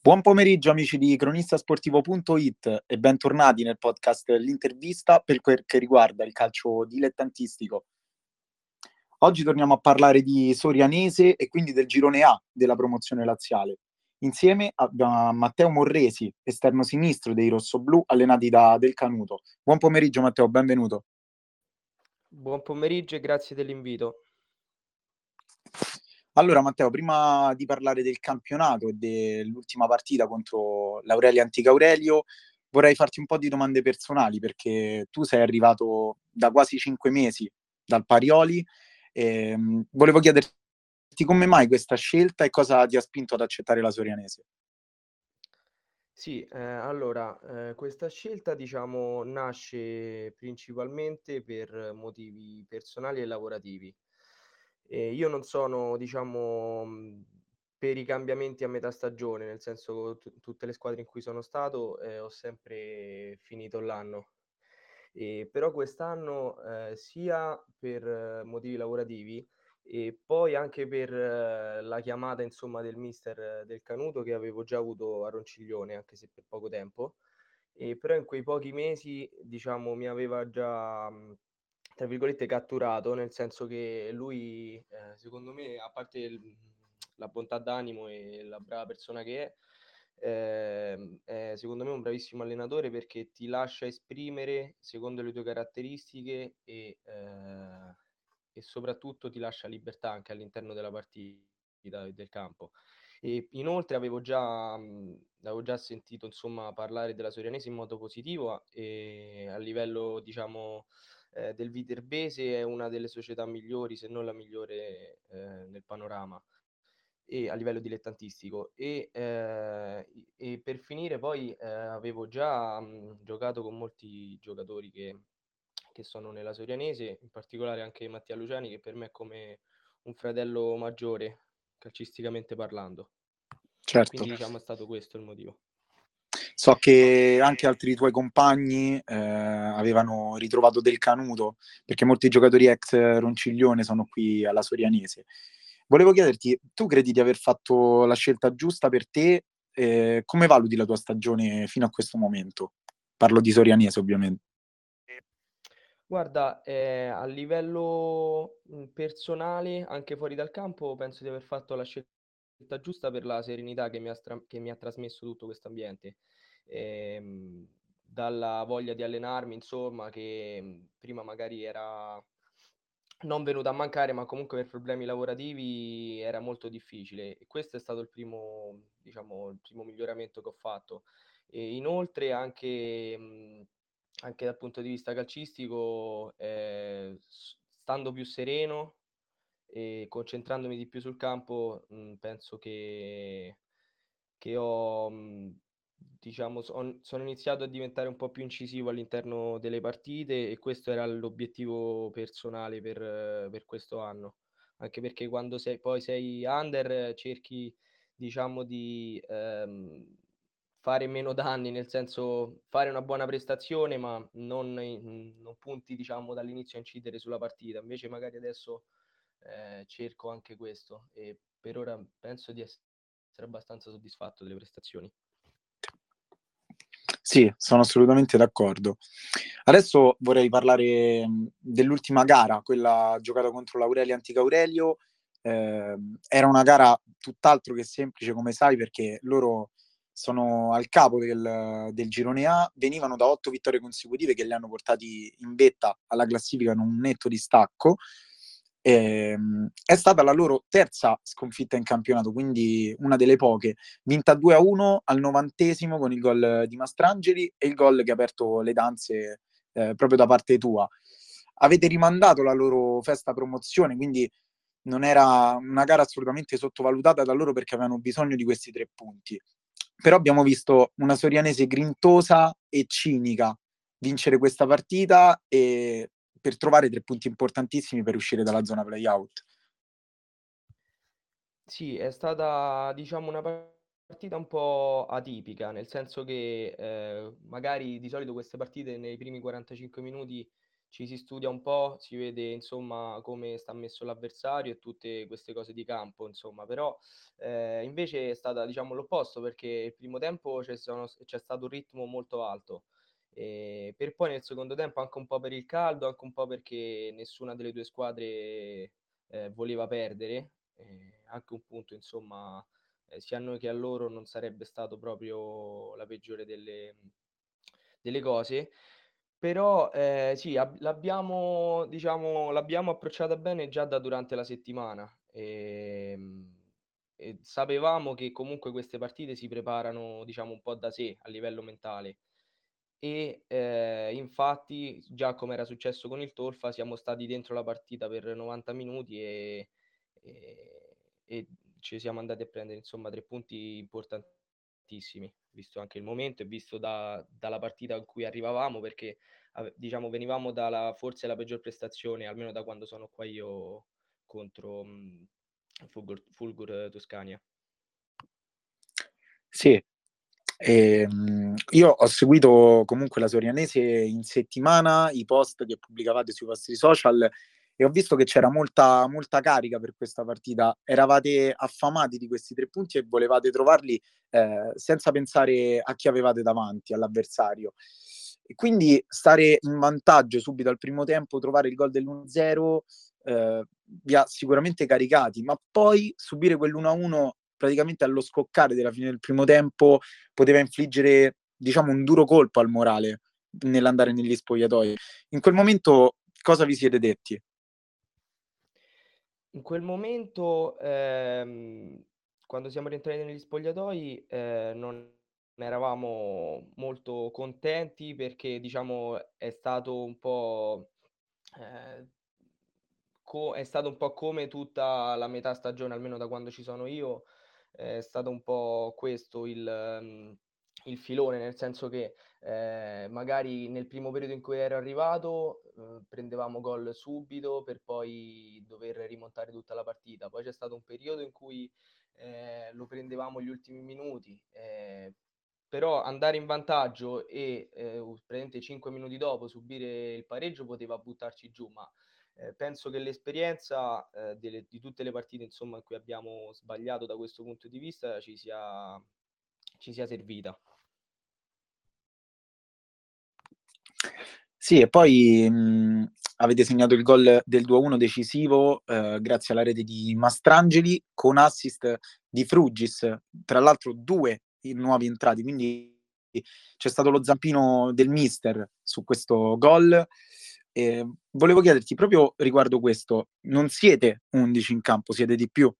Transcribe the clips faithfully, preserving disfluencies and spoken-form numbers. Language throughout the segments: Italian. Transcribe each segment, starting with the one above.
Buon pomeriggio amici di cronistasportivo punto it e bentornati nel podcast L'intervista per quel che riguarda il calcio dilettantistico. Oggi torniamo a parlare di Sorianese e quindi del girone A della promozione laziale. Insieme a Matteo Morresi, esterno sinistro dei rossoblù allenati da Del Canuto. Buon pomeriggio Matteo, benvenuto. Buon pomeriggio e grazie dell'invito. Allora Matteo, prima di parlare del campionato e dell'ultima partita contro l'Aurelia Antica Aurelio, vorrei farti un po' di domande personali perché tu sei arrivato da quasi cinque mesi dal Parioli e mh, volevo chiederti come mai questa scelta e cosa ti ha spinto ad accettare la Sorianese. Sì, eh, allora, eh, questa scelta, diciamo, nasce principalmente per motivi personali e lavorativi. E io non sono, diciamo, mh, per i cambiamenti a metà stagione, nel senso t- tutte le squadre in cui sono stato, eh, ho sempre finito l'anno. E però quest'anno, eh, sia per eh, motivi lavorativi, e poi anche per eh, la chiamata, insomma, del mister eh, Del Canuto che avevo già avuto a Ronciglione, anche se per poco tempo. E però in quei pochi mesi, diciamo, mi aveva già, mh, tra virgolette, catturato, nel senso che lui, eh, secondo me, a parte il- la bontà d'animo e la brava persona che è, ehm, è secondo me un bravissimo allenatore perché ti lascia esprimere secondo le tue caratteristiche e, eh, e soprattutto ti lascia libertà anche all'interno della partita e del campo. E inoltre avevo già, mh, avevo già sentito insomma parlare della Sorianese in modo positivo e a livello diciamo eh, del Viterbese è una delle società migliori, se non la migliore eh, nel panorama e a livello dilettantistico. E, eh, e per finire poi eh, avevo già mh, giocato con molti giocatori che, che sono nella Sorianese, in particolare anche Mattia Luciani, che per me è come un fratello maggiore, calcisticamente parlando. Certo, Quindi diciamo è stato questo il motivo. so che anche altri tuoi compagni eh, avevano ritrovato Del Canuto perché molti giocatori ex Ronciglione sono qui alla Sorianese. Volevo chiederti, tu credi di aver fatto la scelta giusta per te? Eh, come valuti la tua stagione fino a questo momento? Parlo di Sorianese, ovviamente. Guarda, eh, a livello mh, personale, anche fuori dal campo, penso di aver fatto la scelta giusta per la serenità che mi ha, stra- che mi ha trasmesso tutto questo ambiente. Ehm, dalla voglia di allenarmi, insomma, che mh, prima magari era non venuta a mancare, ma comunque per problemi lavorativi era molto difficile. E questo è stato il primo, diciamo, il primo miglioramento che ho fatto. E inoltre anche, mh, anche dal punto di vista calcistico, eh, s- stando più sereno e concentrandomi di più sul campo, mh, penso che, che ho, mh, diciamo, son- sono iniziato a diventare un po' più incisivo all'interno delle partite e questo era l'obiettivo personale per, eh, per questo anno. Anche perché quando sei, poi sei under eh, cerchi, diciamo, di ehm, fare meno danni, nel senso fare una buona prestazione, ma non, non punti, diciamo, dall'inizio a incidere sulla partita. Invece magari adesso eh, cerco anche questo e per ora penso di essere abbastanza soddisfatto delle prestazioni. Sì, sono assolutamente d'accordo. Adesso vorrei parlare mh, dell'ultima gara, quella giocata contro l'Aurelia Antica Aurelio. Eh, era una gara tutt'altro che semplice, come sai, perché loro sono al capo del, del girone A, venivano da otto vittorie consecutive che li hanno portati in vetta alla classifica con un netto distacco. Ehm, è stata la loro terza sconfitta in campionato, quindi una delle poche, vinta due a uno al novantesimo con il gol di Mastrangeli e il gol che ha aperto le danze eh, proprio da parte tua. Avete rimandato la loro festa promozione, quindi non era una gara assolutamente sottovalutata da loro perché avevano bisogno di questi tre punti. Però abbiamo visto una Sorianese grintosa e cinica vincere questa partita e per trovare tre punti importantissimi per uscire dalla zona play-out. Sì, è stata, diciamo, una partita un po' atipica, nel senso che eh, magari di solito queste partite nei primi quarantacinque minuti ci si studia un po', si vede insomma come sta messo l'avversario e tutte queste cose di campo, insomma. Però eh, invece è stata, diciamo, l'opposto, perché il primo tempo c'è, sono- c'è stato un ritmo molto alto. E per poi nel secondo tempo, anche un po' per il caldo, anche un po' perché nessuna delle due squadre eh, voleva perdere, eh, anche un punto, insomma, eh, sia a noi che a loro non sarebbe stato proprio la peggiore delle, delle cose. Però eh, sì, ab- l'abbiamo, diciamo, l'abbiamo approcciata bene già da durante la settimana. E, e sapevamo che comunque queste partite si preparano, diciamo, un po' da sé a livello mentale. E eh, infatti, già come era successo con il Tolfa, siamo stati dentro la partita per novanta minuti e, e- e ci siamo andati a prendere insomma tre punti importantissimi, visto anche il momento e visto da- dalla partita in cui arrivavamo, perché ave- diciamo venivamo dalla forse la peggior prestazione, almeno da quando sono qua io contro mh, Fulgur, Fulgur Toscania. Sì, ehm, io ho seguito comunque la Sorianese in settimana, i post che pubblicavate sui vostri social e ho visto che c'era molta, molta carica per questa partita. Eravate affamati di questi tre punti e volevate trovarli eh, senza pensare a chi avevate davanti, all'avversario. E quindi stare in vantaggio subito al primo tempo, trovare il gol dell'uno zero eh, vi ha sicuramente caricati, ma poi subire quell'uno a uno praticamente allo scoccare della fine del primo tempo poteva infliggere, diciamo, un duro colpo al morale nell'andare negli spogliatoi. In quel momento cosa vi siete detti? In quel momento, ehm, quando siamo rientrati negli spogliatoi, eh, non eravamo molto contenti perché, diciamo, è stato un po', eh, co- è stato un po' come tutta la metà stagione, almeno da quando ci sono io, è stato un po' questo il, ehm, il filone, nel senso che eh, magari nel primo periodo in cui ero arrivato eh, prendevamo gol subito per poi dover rimontare tutta la partita. Poi c'è stato un periodo in cui eh, lo prendevamo gli ultimi minuti, eh, però andare in vantaggio e eh, praticamente cinque minuti dopo subire il pareggio poteva buttarci giù, ma eh, penso che l'esperienza eh, delle- di tutte le partite insomma, in cui abbiamo sbagliato da questo punto di vista ci sia, ci sia servita. Sì, e poi mh, avete segnato il gol del due a uno decisivo eh, grazie alla rete di Mastrangeli con assist di Fruggis, tra l'altro due nuovi entrati, quindi c'è stato lo zampino del mister su questo gol. E volevo chiederti proprio riguardo questo, non siete undici in campo, siete di più?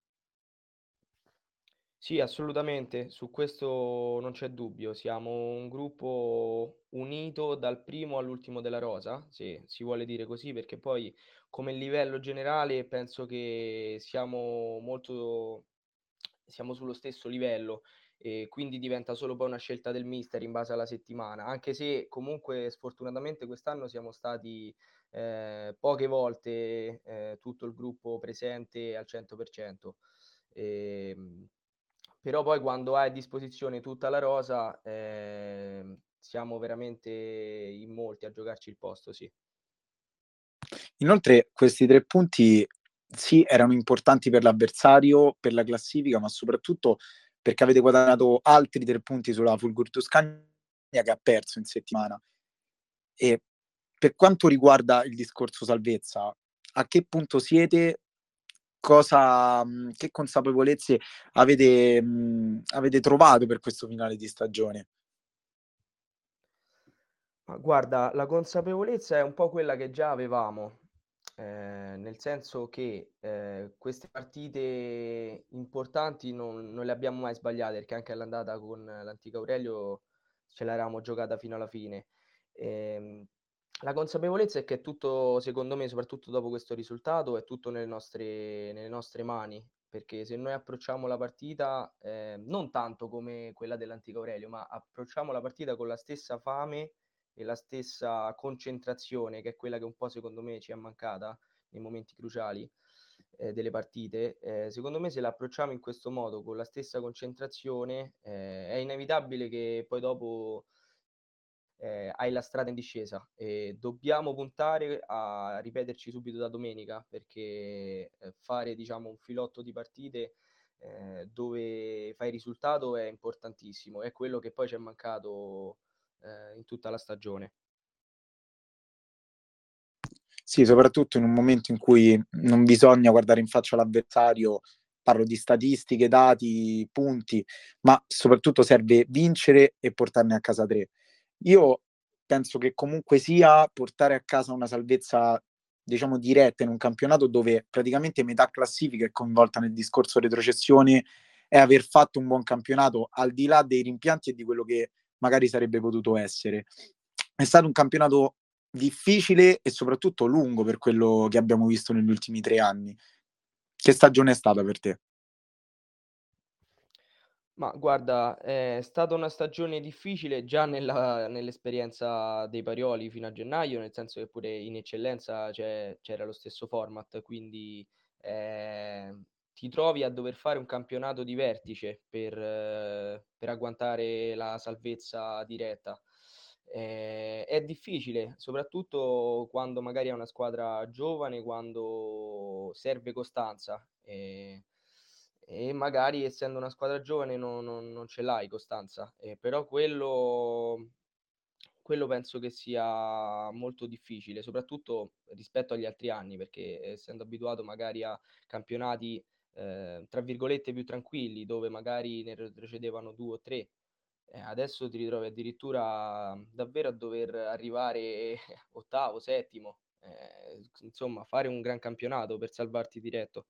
Sì, assolutamente, su questo non c'è dubbio. Siamo un gruppo unito dal primo all'ultimo della rosa, se si vuole dire così, perché poi come livello generale penso che siamo molto, siamo sullo stesso livello e quindi diventa solo poi una scelta del mister in base alla settimana, anche se comunque sfortunatamente quest'anno siamo stati eh, poche volte eh, tutto il gruppo presente al cento per cento. Ehm, Però poi quando hai a disposizione tutta la rosa, ehm, siamo veramente in molti a giocarci il posto, sì. Inoltre, questi tre punti sì, erano importanti per l'avversario, per la classifica, ma soprattutto perché avete guadagnato altri tre punti sulla Fulgur Toscania che ha perso in settimana. E per quanto riguarda il discorso salvezza, a che punto siete? Cosa, mh, che consapevolezze avete, mh, avete trovato per questo finale di stagione? Ma guarda, la consapevolezza è un po' quella che già avevamo, eh, nel senso che eh, queste partite importanti non, non le abbiamo mai sbagliate, perché anche all'andata con l'antica Aurelio ce l'eravamo giocata fino alla fine. Ehm, la consapevolezza è che è tutto, secondo me, soprattutto dopo questo risultato, è tutto nelle nostre, nelle nostre mani, perché se noi approcciamo la partita, eh, non tanto come quella dell'antica Aurelio, ma approcciamo la partita con la stessa fame e la stessa concentrazione, che è quella che un po' secondo me ci è mancata nei momenti cruciali eh, delle partite, eh, secondo me se la approcciamo in questo modo, con la stessa concentrazione, eh, è inevitabile che poi dopo eh, hai la strada in discesa e dobbiamo puntare a ripeterci subito da domenica, perché eh, fare diciamo un filotto di partite eh, dove fai risultato è importantissimo, è quello che poi ci è mancato eh, in tutta la stagione. Sì, soprattutto in un momento in cui non bisogna guardare in faccia l'avversario, parlo di statistiche, dati, punti, ma soprattutto serve vincere e portarne a casa tre. Io penso che comunque sia portare a casa una salvezza, diciamo, diretta in un campionato dove praticamente metà classifica è coinvolta nel discorso retrocessione è aver fatto un buon campionato al di là dei rimpianti e di quello che magari sarebbe potuto essere. È stato un campionato difficile e soprattutto lungo per quello che abbiamo visto negli ultimi tre anni. Che stagione è stata per te? Ma guarda, è stata una stagione difficile già nella nell'esperienza dei Parioli fino a gennaio, nel senso che pure in eccellenza c'è c'era lo stesso format, quindi, ehm, ti trovi a dover fare un campionato di vertice per eh, per agguantare la salvezza diretta. Ehm, è difficile, soprattutto quando magari è una squadra giovane, quando serve costanza, ehm e magari essendo una squadra giovane no non non ce l'hai costanza, ehm, però quello quello penso che sia molto difficile, soprattutto rispetto agli altri anni, perché essendo abituato magari a campionati, ehm, tra virgolette "più tranquilli", dove magari ne retrocedevano due o tre, eh, adesso ti ritrovi addirittura davvero a dover arrivare ottavo, settimo, ehm, insomma fare un gran campionato per salvarti diretto.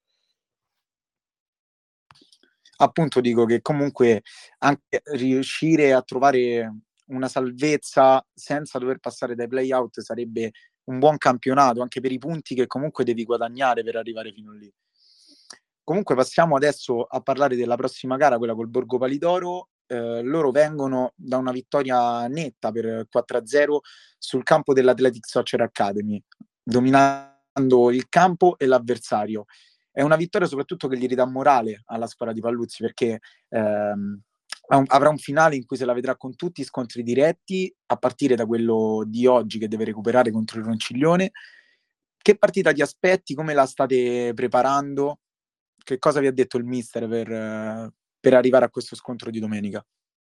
Appunto dico che comunque anche riuscire a trovare una salvezza senza dover passare dai play-out sarebbe un buon campionato, anche per i punti che comunque devi guadagnare per arrivare fino lì. Comunque passiamo adesso a parlare della prossima gara, quella col Borgo Palidoro. Eh, loro vengono da una vittoria netta per quattro a zero sul campo dell'Athletic Soccer Academy, dominando il campo e l'avversario. È una vittoria soprattutto che gli ridà morale alla squadra di Palluzzi, perché ehm, avrà un finale in cui se la vedrà con tutti i scontri diretti, a partire da quello di oggi che deve recuperare contro il Ronciglione. Che partita ti aspetti? Come la state preparando? Che cosa vi ha detto il mister per, eh, per arrivare a questo scontro di domenica?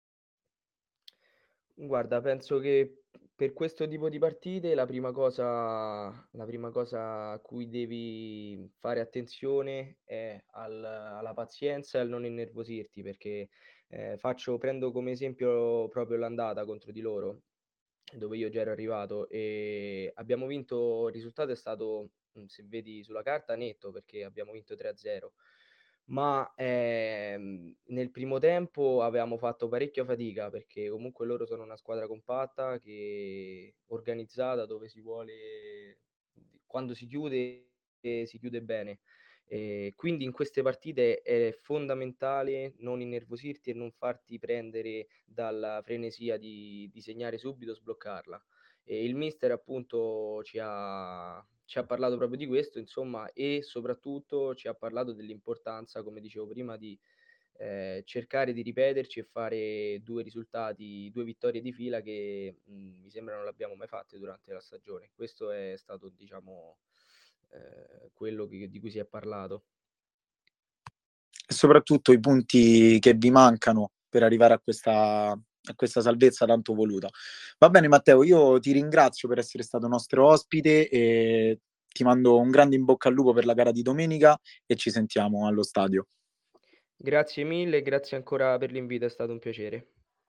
Guarda, penso che per questo tipo di partite la prima cosa, la prima cosa a cui devi fare attenzione è al- alla pazienza e al non innervosirti, perché eh, faccio, prendo come esempio proprio l'andata contro di loro, dove io già ero arrivato e abbiamo vinto, il risultato è stato, mh, se vedi sulla carta, netto perché abbiamo vinto tre a zero, ma ehm, nel primo tempo avevamo fatto parecchia fatica perché comunque loro sono una squadra compatta, che organizzata, dove si vuole, quando si chiude, eh, si chiude bene. E quindi in queste partite è fondamentale non innervosirti e non farti prendere dalla frenesia di, di segnare subito, sbloccarla. E il mister appunto ci ha, ci ha parlato proprio di questo, insomma, e soprattutto ci ha parlato dell'importanza, come dicevo prima, di eh, cercare di ripeterci e fare due risultati, due vittorie di fila che mh, mi sembra non l'abbiamo mai fatte durante la stagione. Questo è stato, diciamo, eh, quello che- di cui si è parlato. E soprattutto i punti che vi mancano per arrivare a questa, a questa salvezza tanto voluta. Va bene, Matteo, io ti ringrazio per essere stato nostro ospite e ti mando un grande in bocca al lupo per la gara di domenica e ci sentiamo allo stadio. Grazie mille, grazie ancora per l'invito, è stato un piacere.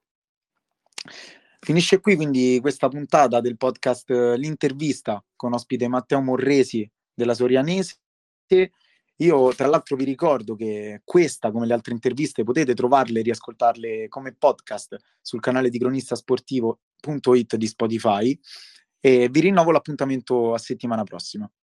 Finisce qui quindi questa puntata del podcast eh, L'intervista con ospite Matteo Morresi della Sorianese. Io tra l'altro vi ricordo che questa, come le altre interviste, potete trovarle e riascoltarle come podcast sul canale di cronistasportivo punto it di Spotify e vi rinnovo l'appuntamento a settimana prossima.